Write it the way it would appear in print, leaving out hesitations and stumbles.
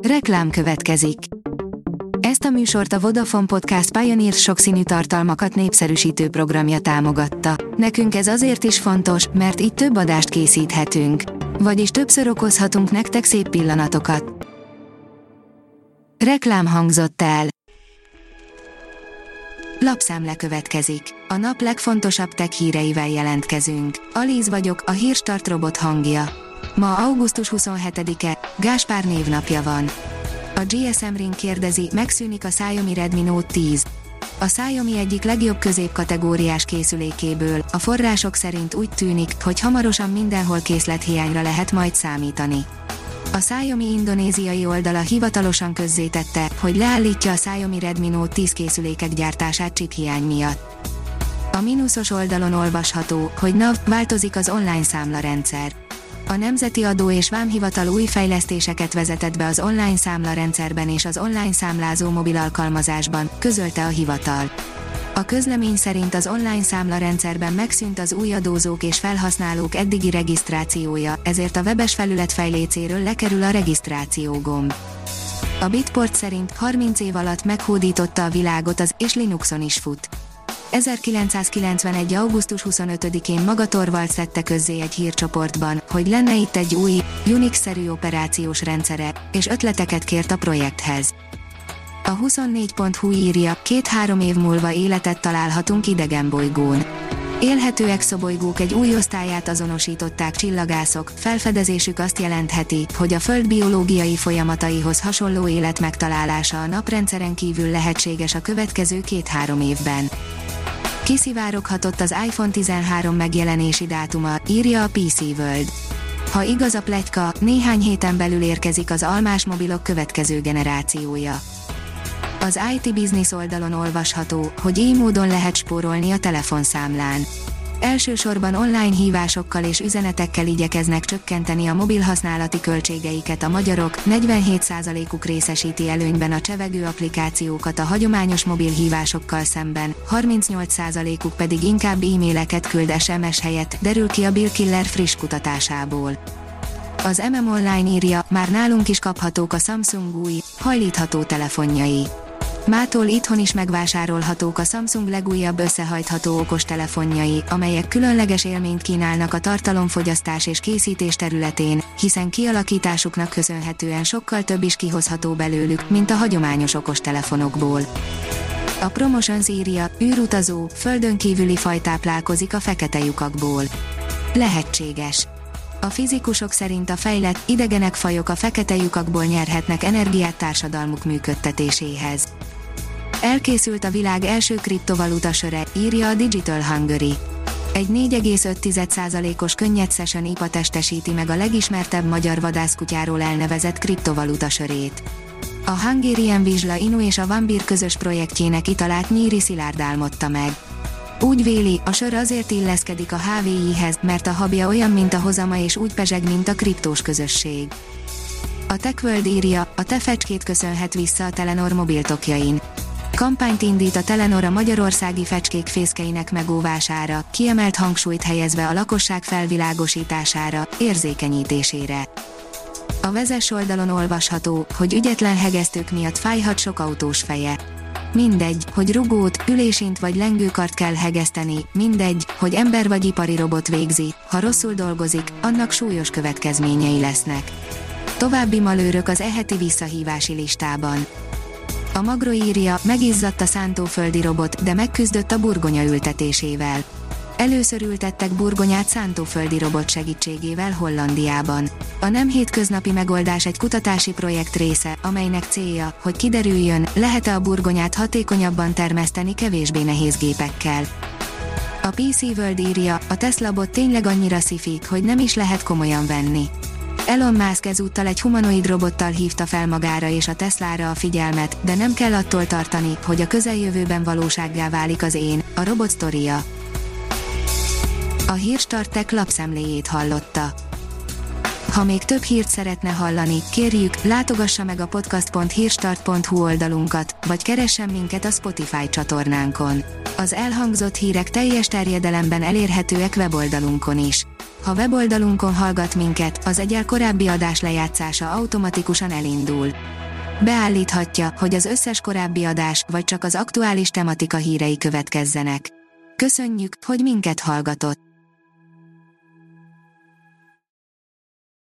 Reklám következik. Ezt a műsort a Vodafone Podcast Pioneer sokszínű tartalmakat népszerűsítő programja támogatta. Nekünk ez azért is fontos, mert így több adást készíthetünk. Vagyis többször okozhatunk nektek szép pillanatokat. Reklám hangzott el. Lapszemle következik. A nap legfontosabb tech híreivel jelentkezünk. Alíz vagyok, a Hírstart robot hangja. Ma augusztus 27-e, Gáspár névnapja van. A GSM Ring kérdezi, megszűnik a Xiaomi Redmi Note 10. A Xiaomi egyik legjobb középkategóriás készülékéből, a források szerint úgy tűnik, hogy hamarosan mindenhol készlethiányra lehet majd számítani. A Xiaomi indonéziai oldala hivatalosan közzétette, hogy leállítja a Xiaomi Redmi Note 10 készülékek gyártását chiphiány miatt. A mínuszos oldalon olvasható, hogy változik az online számlarendszer. A Nemzeti Adó és Vámhivatal új fejlesztéseket vezetett be az online számlarendszerben és az online számlázó mobil alkalmazásban, közölte a hivatal. A közlemény szerint az online számlarendszerben megszűnt az új adózók és felhasználók eddigi regisztrációja, ezért a webes felület fejlécéről lekerül a regisztráció gomb. A Bitport szerint 30 év alatt meghódította a világot és Linuxon is fut. 1991. augusztus 25-én Maga Torvalds tette közzé egy hírcsoportban, hogy lenne itt egy új, Unix-szerű operációs rendszere, és ötleteket kért a projekthez. A 24.hu írja, 2-3 év múlva életet találhatunk idegen bolygón. Élhető exobolygók egy új osztályát azonosították csillagászok, felfedezésük azt jelentheti, hogy a Föld biológiai folyamataihoz hasonló élet megtalálása a naprendszeren kívül lehetséges a következő 2-3 évben. Kiszivároghatott az iPhone 13 megjelenési dátuma, írja a PC World. Ha igaz a pletyka, néhány héten belül érkezik az almás mobilok következő generációja. Az IT Business oldalon olvasható, hogy így módon lehet spórolni a telefonszámlán. Elsősorban online hívásokkal és üzenetekkel igyekeznek csökkenteni a mobilhasználati költségeiket a magyarok, 47%-uk részesíti előnyben a csevegő applikációkat a hagyományos mobil hívásokkal szemben, 38%-uk pedig inkább e-maileket küld SMS helyett, derül ki a Bill Killer friss kutatásából. Az MM Online írja, már nálunk is kaphatók a Samsung új, hajlítható telefonjai. Mától itthon is megvásárolhatók a Samsung legújabb összehajtható okostelefonjai, amelyek különleges élményt kínálnak a tartalomfogyasztás és készítés területén, hiszen kialakításuknak köszönhetően sokkal több is kihozható belőlük, mint a hagyományos okostelefonokból. A Promotions írja, űrutazó, földön kívüli faj táplálkozik a fekete lyukakból. Lehetséges. A fizikusok szerint a fejlett, idegenek fajok a fekete lyukakból nyerhetnek energiát társadalmuk működtetéséhez. Elkészült a világ első kriptovaluta söre, írja a Digital Hungary. Egy 4,5%-os könnyed session IPA testesíti meg a legismertebb magyar vadászkutyáról elnevezett kriptovaluta sörét. A Hungarian Vizsla Inu és a Vambir közös projektjének italát Nyíri Szilárd álmodta meg. Úgy véli, a sör azért illeszkedik a HVI-hez, mert a habja olyan, mint a hozama és úgy pezseg, mint a kriptós közösség. A TechWorld írja, a te fecskét köszönhet vissza a Telenor mobiltokjain. Kampányt indít a Telenor a magyarországi fecskék fészkeinek megóvására, kiemelt hangsúlyt helyezve a lakosság felvilágosítására, érzékenyítésére. A Vezess oldalon olvasható, hogy ügyetlen hegesztők miatt fájhat sok autós feje. Mindegy, hogy rugót, ülésint vagy lengőkart kell hegeszteni, mindegy, hogy ember vagy ipari robot végzi, ha rosszul dolgozik, annak súlyos következményei lesznek. További malőrök az heti visszahívási listában. A Magro írja, megizzadt a szántóföldi robot, de megküzdött a burgonya ültetésével. Először ültettek burgonyát szántóföldi robot segítségével Hollandiában. A nem hétköznapi megoldás egy kutatási projekt része, amelynek célja, hogy kiderüljön, lehet-e a burgonyát hatékonyabban termeszteni kevésbé nehéz gépekkel. A PC World írja, a Tesla bot tényleg annyira sci-fi, hogy nem is lehet komolyan venni. Elon Musk ezúttal egy humanoid robottal hívta fel magára és a Teslára a figyelmet, de nem kell attól tartani, hogy a közeljövőben valósággá válik az a robot sztoria. A Hírstart Tech lapszemléjét hallotta. Ha még több hírt szeretne hallani, kérjük, látogassa meg a podcast.hírstart.hu oldalunkat, vagy keressen minket a Spotify csatornánkon. Az elhangzott hírek teljes terjedelemben elérhetőek weboldalunkon is. Ha weboldalunkon hallgat minket, az egyel korábbi adás lejátszása automatikusan elindul. Beállíthatja, hogy az összes korábbi adás, vagy csak az aktuális tematika hírei következzenek. Köszönjük, hogy minket hallgatott!